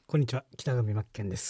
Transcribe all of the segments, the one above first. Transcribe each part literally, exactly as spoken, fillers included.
こんにちは、北上真剣です。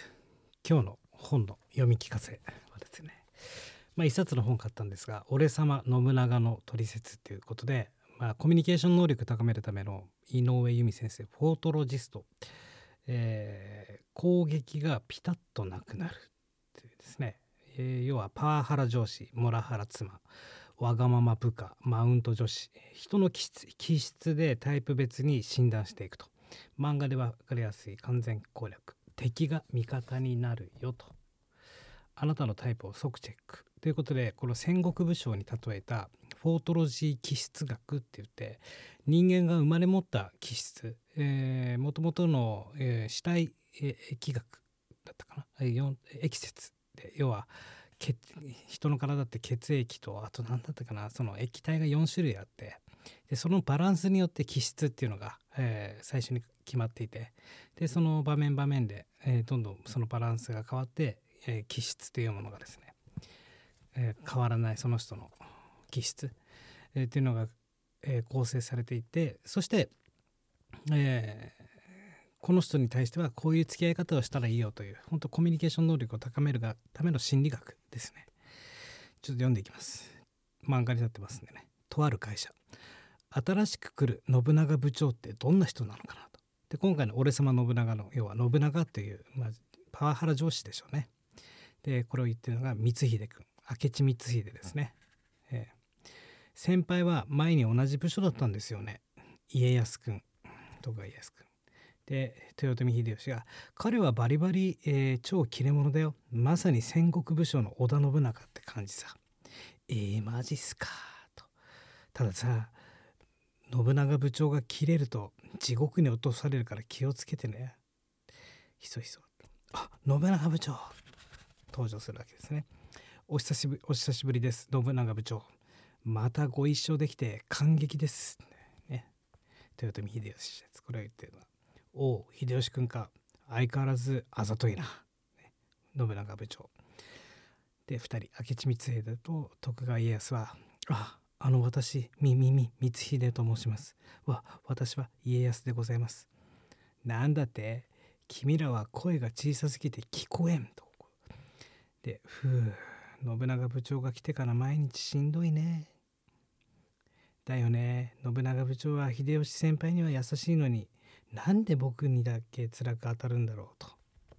今日の本の読み聞かせはですね、まあ一冊の本買ったんですが、俺様信長のトリセツということで、まあコミュニケーション能力高めるための井上由美先生、フォートロジスト、えー攻撃がピタッとなくなるというですね、えー要はパワハラ上司、モラハラ妻、わがまま部下、マウント女子、人の気質気質でタイプ別に診断していくと。漫画で分かりやすい完全攻略。敵が味方になるよと。あなたのタイプを即チェック。ということで、この戦国武将に例えたフォートロジー気質学って言って、人間が生まれ持った気質、もともとの、えー死体、えー疫学だったかな、えーよん液説で、要は血人の体って血液と、あと何だったかな、その液体がよん種類あって、でそのバランスによって気質っていうのが、えー最初に決まっていて、でその場面場面で、えーどんどんそのバランスが変わって、えー気質というものがですね、えー変わらないその人の気質、えーっていうのが、えー構成されていて、そして、えーこの人に対してはこういう付き合い方をしたらいいよという、本当コミュニケーション能力を高めるがための心理学ですね。ちょっと読んでいきます。漫画になってますんでね。とある会社、新しく来る信長部長ってどんな人なのかなと。で今回の俺様信長の要は信長という、まあ、パワハラ上司でしょうね。でこれを言ってるのが光秀君、明智光秀ですね。えー先輩は前に同じ部署だったんですよね。家康君、徳川家康君で、豊臣秀吉が彼はバリバリ、えー超切れ者だよ、まさに戦国武将の織田信長って感じさ。えー、マジっすかと。たださ、信長部長が切れると地獄に落とされるから気をつけてね。ひそひそ。あ、信長部長登場するわけですね。お久しぶり、お久しぶりです、信長部長。またご一緒できて感激です。ね、豊臣秀吉です。これを言ってるのは、おう秀吉君か、相変わらずあざといな、ね、信長部長で、ふたり、明智光秀と徳川家康は、あ、あの私、みみみ光秀と申します。わ、私は家康でございます。なんだって、君らは声が小さすぎて聞こえんと。で、ふう、信長部長が来てから毎日しんどいね。だよね、信長部長は秀吉先輩には優しいのに、なんで僕にだけ辛く当たるんだろうと。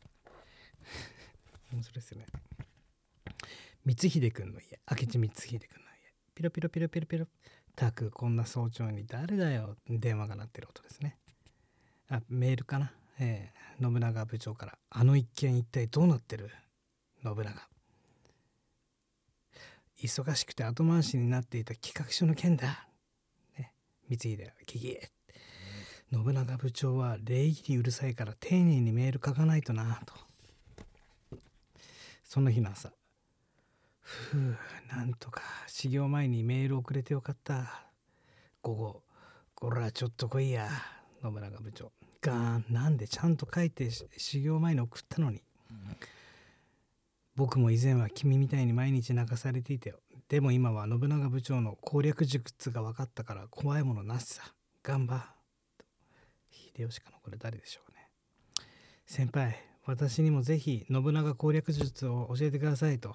面白いですよね。光秀君の家、明智光秀君の家、ピロピロピロピロピロ、たくこんな早朝に誰だよ、電話が鳴ってる音ですね。あ、メールかな、えー、信長部長から、あの一件一体どうなってる信長。忙しくて後回しになっていた企画書の件だ、ね、光秀はキキ信長部長は礼儀にうるさいから丁寧にメール書かないとなと。その日の朝、ふう、なんとか始業前にメール送れてよかった。午後、こらちょっと来いや、信長部長。ガーン、なんでちゃんと書いて始業前に送ったのに。僕も以前は君みたいに毎日泣かされていたよ。でも今は信長部長の攻略術が分かったから怖いものなしさ。頑張。秀吉かな、これ誰でしょうね。先輩、私にもぜひ信長攻略術を教えてくださいと。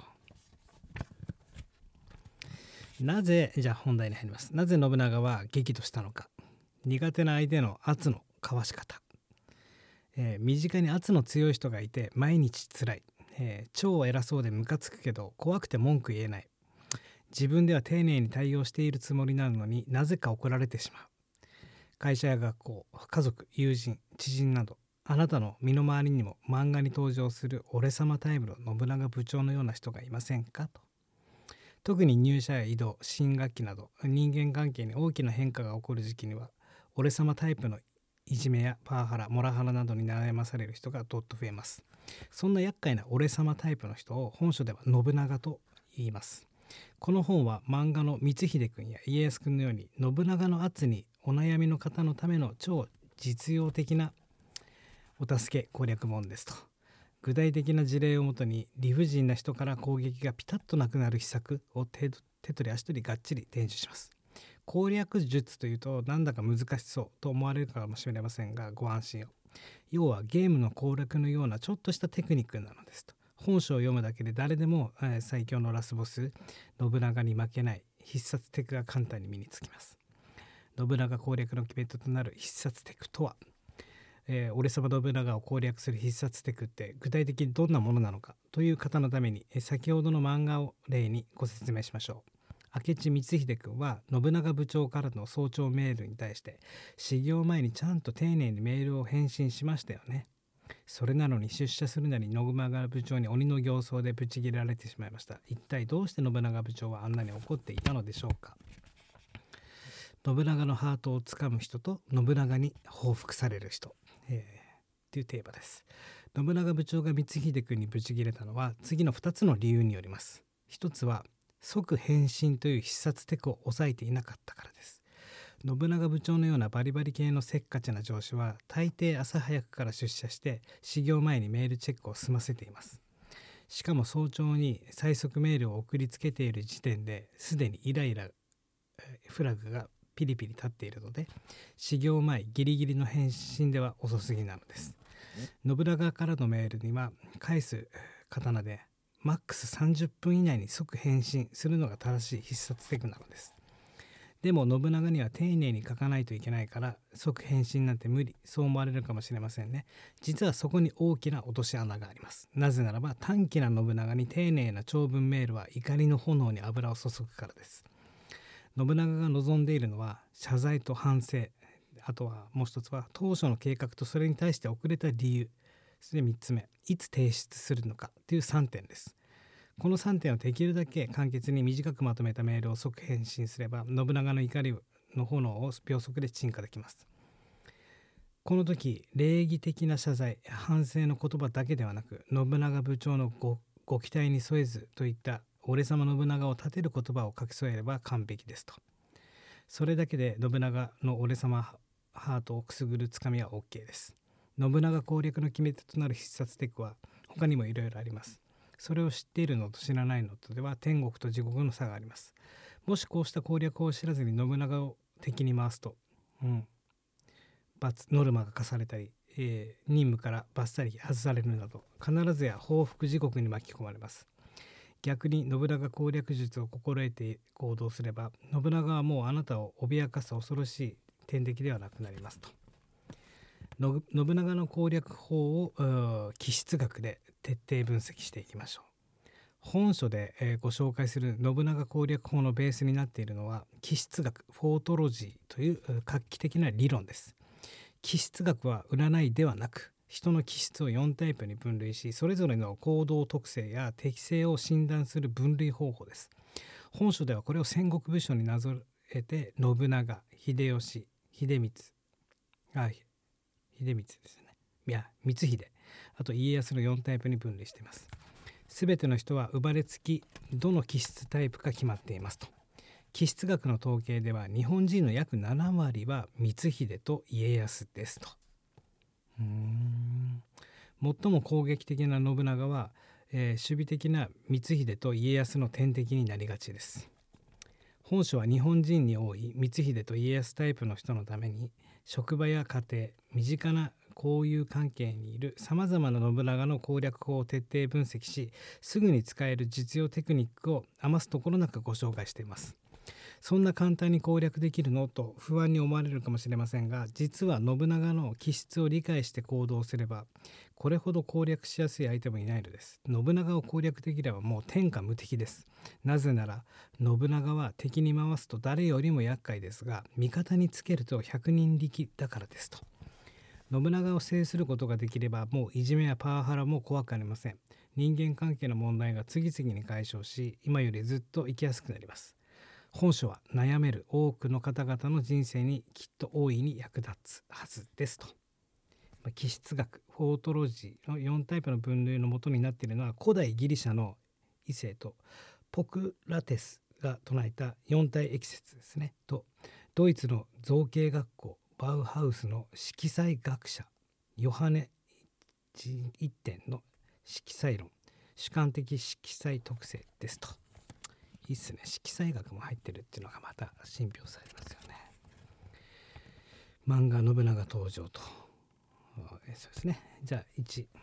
なぜ、じゃあ本題に入ります。なぜ信長は激怒したのか。苦手な相手の圧のかわし方。えー身近に圧の強い人がいて毎日つらい。えー超偉そうでムカつくけど怖くて文句言えない。自分では丁寧に対応しているつもりなのになぜか怒られてしまう。会社や学校、家族、友人、知人など、あなたの身の回りにも漫画に登場する俺様タイプの信長部長のような人がいませんかと。特に入社や移動、新学期など人間関係に大きな変化が起こる時期には、俺様タイプのいじめやパワハラ、モラハラなどに悩まされる人がどっと増えます。そんな厄介な俺様タイプの人を本書では信長と言います。この本は漫画の光秀くんや家康くんのように信長の圧にお悩みの方のための超実用的なお助け攻略本ですと。具体的な事例をもとに理不尽な人から攻撃がピタッとなくなる秘策を手手取り足取りがっちり伝授します。攻略術というとなんだか難しそうと思われるかもしれませんが、ご安心を。 要はゲームの攻略のようなちょっとしたテクニックなのですと。本書を読むだけで誰でも、えー最強のラスボス信長に負けない必殺テクが簡単に身につきます。信長攻略の決め手となる必殺テクとは、えー俺様信長を攻略する必殺テクって具体的にどんなものなのかという方のために、えー先ほどの漫画を例にご説明しましょう。明智光秀君は信長部長からの早朝メールに対して始業前にちゃんと丁寧にメールを返信しましたよね。それなのに出社するなり信長部長に鬼の形相でブチ切れられてしまいました。一体どうして信長部長はあんなに怒っていたのでしょうか。信長のハートをつかむ人と信長に報復される人、えー、っていうテーマです。信長部長が光秀君にブチ切れたのは次のふたつの理由によります。一つは即返信という必殺テクを抑えていなかったからです。信長部長のようなバリバリ系のせっかちな上司は大抵朝早くから出社して始業前にメールチェックを済ませています。しかも早朝に最速メールを送りつけている時点ですでにイライラフラグがピリピリ立っているので、始業前ギリギリの返信では遅すぎなのです。信長からのメールには返す刀でマックスさんじゅっぷん以内に即返信するのが正しい必殺テクなのです。でも信長には丁寧に書かないといけないから即返信なんて無理、そう思われるかもしれませんね。実はそこに大きな落とし穴があります。なぜならば短気な信長に丁寧な長文メールは怒りの炎に油を注ぐからです。信長が望んでいるのは謝罪と反省、あとはもう一つは当初の計画とそれに対して遅れた理由、それでみっつめ、いつ提出するのかというさんてんです。このさんてんをできるだけ簡潔に短くまとめたメールを即返信すれば信長の怒りの炎を秒速で鎮火できます。この時礼儀的な謝罪反省の言葉だけではなく信長部長の ご, ご期待に添えずといった俺様信長を立てる言葉を書き添えれば完璧ですと。それだけで信長の俺様ハートをくすぐるつかみは OK です。信長攻略の決め手となる必殺テクは他にもいろいろあります。それを知っているのと知らないのとでは天国と地獄の差があります。もしこうした攻略を知らずに信長を敵に回すと、うん、罰ノルマが課されたり、えー、任務からバッサリ外されるなど必ずや報復地獄に巻き込まれます。逆に信長攻略術を心得て行動すれば信長はもうあなたを脅かす恐ろしい天敵ではなくなりますと。信長の攻略法を気質学で徹底分析していきましょう。本書で、えー、ご紹介する信長攻略法のベースになっているのは気質学フォートロジーという画期的な理論です。気質学は占いではなく人の気質をよんタイプに分類しそれぞれの行動特性や適性を診断する分類方法です。本書ではこれを戦国武将になぞれて信長、秀吉、秀光あ秀光ですね。いや光秀、あと家康のよんタイプに分類しています。すべての人は生まれつきどの気質タイプか決まっていますと。気質学の統計では日本人の約ななわりは光秀と家康ですと。うーん最も攻撃的な信長は、えー、守備的な光秀と家康の天敵になりがちです。本書は日本人に多い光秀と家康タイプの人のために職場や家庭、身近な交友関係にいるさまざまな信長の攻略法を徹底分析し、すぐに使える実用テクニックを余すところなくご紹介しています。そんな簡単に攻略できるのと不安に思われるかもしれませんが、実は信長の気質を理解して行動すればこれほど攻略しやすい相手もいないのです。信長を攻略できればもう天下無敵です。なぜなら信長は敵に回すと誰よりも厄介ですが味方につけると百人力だからですと。信長を制することができればもういじめやパワハラも怖くありません。人間関係の問題が次々に解消し今よりずっと生きやすくなります。本書は悩める多くの方々の人生にきっと大いに役立つはずですと。気質学フォートロジーのよんタイプの分類の元になっているのは古代ギリシャの異性とポクラテスが唱えた四体液説ですねと、ドイツの造形学校バウハウスの色彩学者ヨハネ一点の色彩論主観的色彩特性ですと。いいっすね。色彩学も入ってるっていうのがまた信憑されますよね。漫画信長登場とえそうですね。じゃあいち。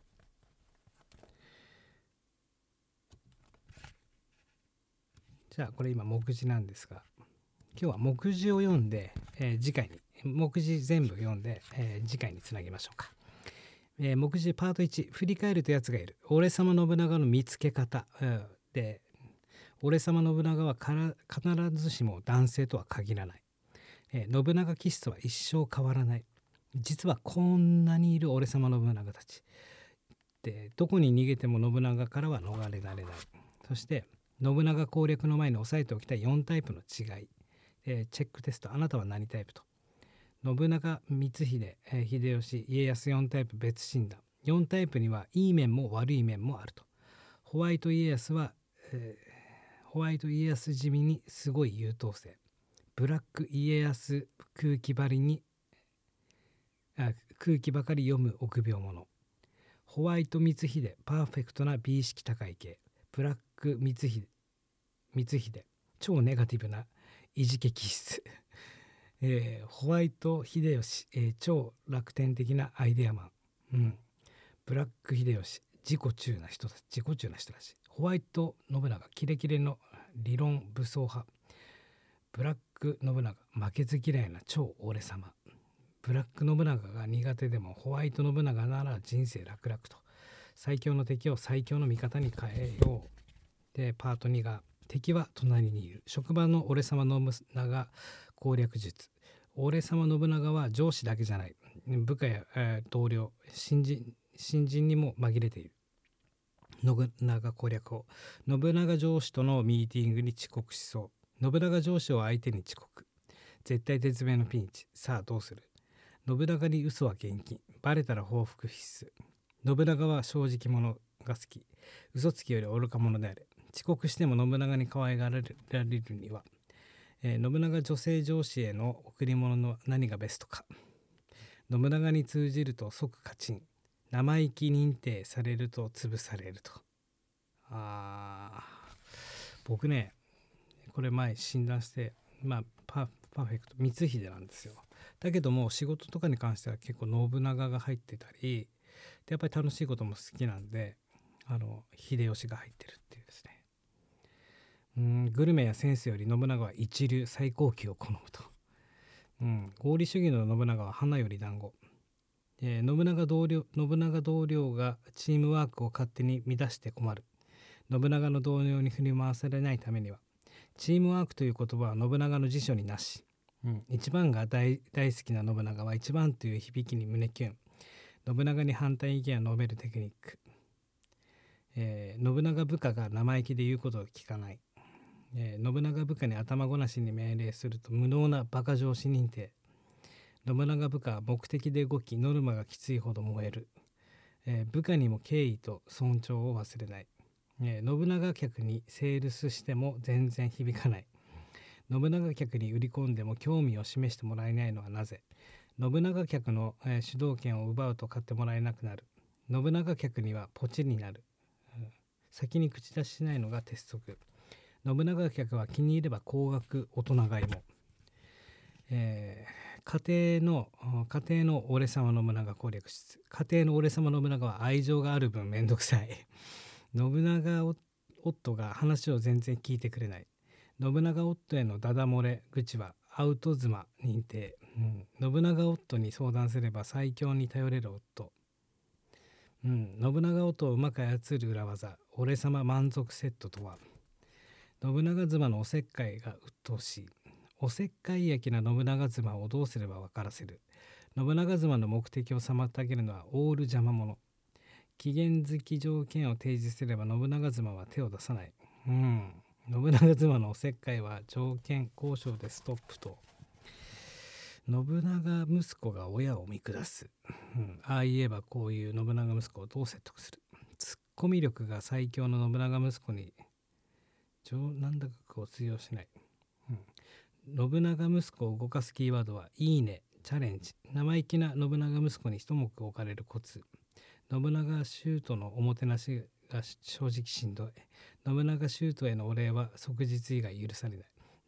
じゃあこれ今目次なんですが、今日は目次を読んで、えー次回に目次全部読んで、えー次回につなぎましょうか。えー目次パートいち、振り返るとやつがいる。俺様信長の見つけ方、うん、で俺様信長はから必ずしも男性とは限らない、えー信長気質は一生変わらない。実はこんなにいる俺様信長たちで、どこに逃げても信長からは逃れられない。そして信長攻略の前に押さえておきたいよんタイプの違い、えーチェックテスト、あなたは何タイプと。信長、光秀、えー秀吉、家康よんタイプ別診断。よんタイプにはいい面も悪い面もあると。ホワイト家康は、えーホワイト家康地味にすごい優等生。ブラック家康空気張りにあ空気ばかり読む臆病者。ホワイト光秀パーフェクトな美意識高い系。ブラック光秀光秀超ネガティブないじけ気質、えーホワイト秀吉、えー超楽天的なアイデアマン、うん、ブラック秀吉自己中な人たち自己中な人たち。ホワイト信長キレキレの理論武装派。ブラック信長負けず嫌いな超俺様。ブラック信長が苦手でもホワイト信長なら人生楽々と。最強の敵を最強の味方に変えよう。でパートにが敵は隣にいる。職場の俺様信長攻略術。俺様信長は上司だけじゃない。部下や、えー同僚新人新人にも紛れている。信長攻略を。信長上司とのミーティングに遅刻しそう。信長上司を相手に遅刻。絶対絶命のピンチ。さあどうする。信長に嘘は厳禁。バレたら報復必須。信長は正直者が好き。嘘つきより愚か者であれ。遅刻しても信長に可愛がられるには、えー信長女性上司への贈り物の何がベストか。信長に通じると即勝ちん。生意気認定されると潰されると。あー僕ねこれ前診断して、まあパパーフェクト光秀なんですよ。だけども仕事とかに関しては結構信長が入ってたりで、やっぱり楽しいことも好きなんで、あの秀吉が入ってるっていうですね。うん、グルメやセンスより信長は一流最高級を好むと。うん、合理主義の信長は花より団子。えー信長同僚信長同僚がチームワークを勝手に乱して困る。信長の同僚に振り回されないためには、チームワークという言葉は信長の辞書になし。うん、一番が 大, 大好きな信長は一番という響きに胸キュン。信長に反対意見を述べるテクニック。えー信長部下が生意気で言うことを聞かない。えー信長部下に頭ごなしに命令すると無能な馬鹿上司認定。信長部下は目的で動きノルマがきついほど燃える。えー部下にも敬意と尊重を忘れない。えー信長客にセールスしても全然響かない。信長客に売り込んでも興味を示してもらえないのはなぜ。信長客の、えー主導権を奪うと買ってもらえなくなる。信長客にはポチになる。うん先に口出ししないのが鉄則。信長客は気に入れば高額大人買いも。えー家庭の家庭の俺様信長攻略室。家庭の俺様信長は愛情がある分めんどくさい。信長夫が話を全然聞いてくれない。信長夫へのダダ漏れ口はアウト妻認定、うん、信長夫に相談すれば最強に頼れる夫、うん、信長夫をうまく操る裏技俺様満足セットとは。信長妻のおせっかいが鬱陶しい。おせっかい焼きな信長妻をどうすれば分からせる。信長妻の目的を妨げるのはオール邪魔者。期限付き条件を提示すれば信長妻は手を出さない。うん。信長妻のおせっかいは条件交渉でストップと。信長息子が親を見下す。うん、ああ言えばこういう信長息子をどう説得する。ツッコミ力が最強の信長息子になんだかを通用しない。うん信長息子を動かすキーワードはいいね、チャレンジ。生意気な信長息子に一目置かれるコツ。信長舅のおもてなしが正直しんどい。信長舅へのお礼は即日以外許されない。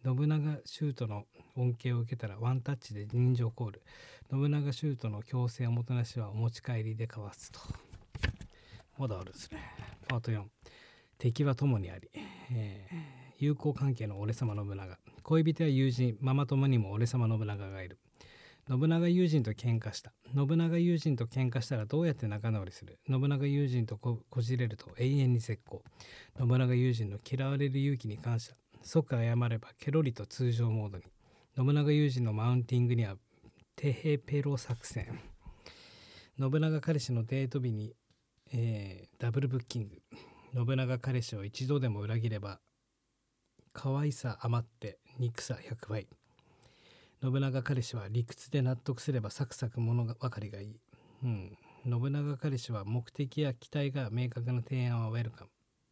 信長シュートの恩恵を受けたらワンタッチで人情コール。信長シュートの強制おもてなしはお持ち帰りで交わすと。まだあるんですね。パートよん。敵は友にあり、えー、友好関係の俺様信長。恋人や友人、ママ友にも俺様信長がいる。信長友人と喧嘩した。信長友人と喧嘩したらどうやって仲直りする。信長友人と こ, こじれると永遠に絶好。信長友人の嫌われる勇気に感謝。即謝ればケロリと通常モードに。信長友人のマウンティングにはテヘペロ作戦。信長彼氏のデート日に、えー、ダブルブッキング。信長彼氏を一度でも裏切れば可愛さ余って憎さひゃくばい。信長彼氏は理屈で納得すればサクサク物分かりがいい。うん。信長彼氏は目的や期待が明確な提案はウェルカム。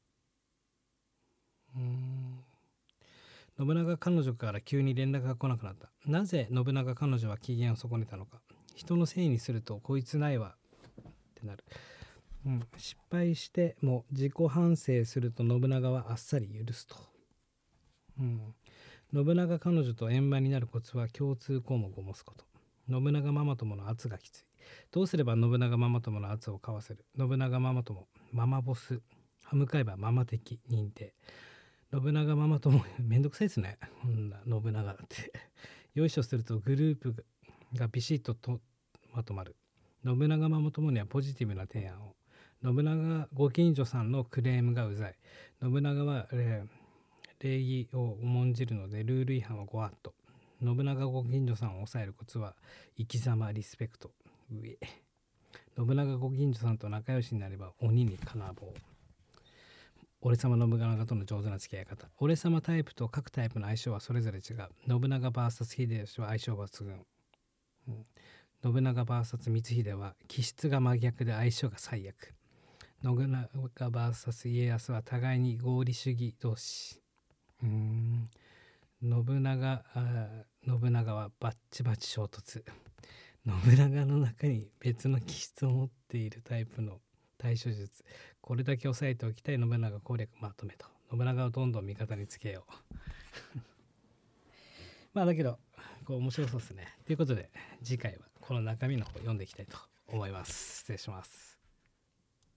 うーん。信長彼女から急に連絡が来なくなった。なぜ信長彼女は機嫌を損ねたのか。人のせいにするとこいつないわってなる。うん、失敗しても自己反省すると信長はあっさり許すと。うん。信長彼女と円満になるコツは共通項目を持つこと。信長ママ友の圧がきつい。どうすれば信長ママ友の圧をかわせる。信長ママ友、ママボス、歯向かえばママ的認定。信長ママ友、めんどくさいですね。信長って。よいしょするとグループがビシッととまとまる。信長ママ友にはポジティブな提案を。信長ご近所さんのクレームがうざい。信長は、えー礼儀を重んじるのでルール違反はごワット。信長ご近所さんを抑えるコツは生き様リスペクト。うえ信長ご近所さんと仲良しになれば鬼に金棒。俺様信長との上手な付き合い方。俺様タイプと各タイプの相性はそれぞれ違う。信長 ブイエス 秀吉は相性抜群、うん、信長 ブイエス 光秀は気質が真逆で相性が最悪。信長 ブイエス 家康は互いに合理主義同士。うーん信長あ信長はバッチバチ衝突。信長の中に別の気質を持っているタイプの対処術。これだけ押さえておきたい信長攻略まとめと。信長をどんどん味方につけようまあだけどこう面白そうですね。ということで次回はこの中身の方を読んでいきたいと思います。失礼します。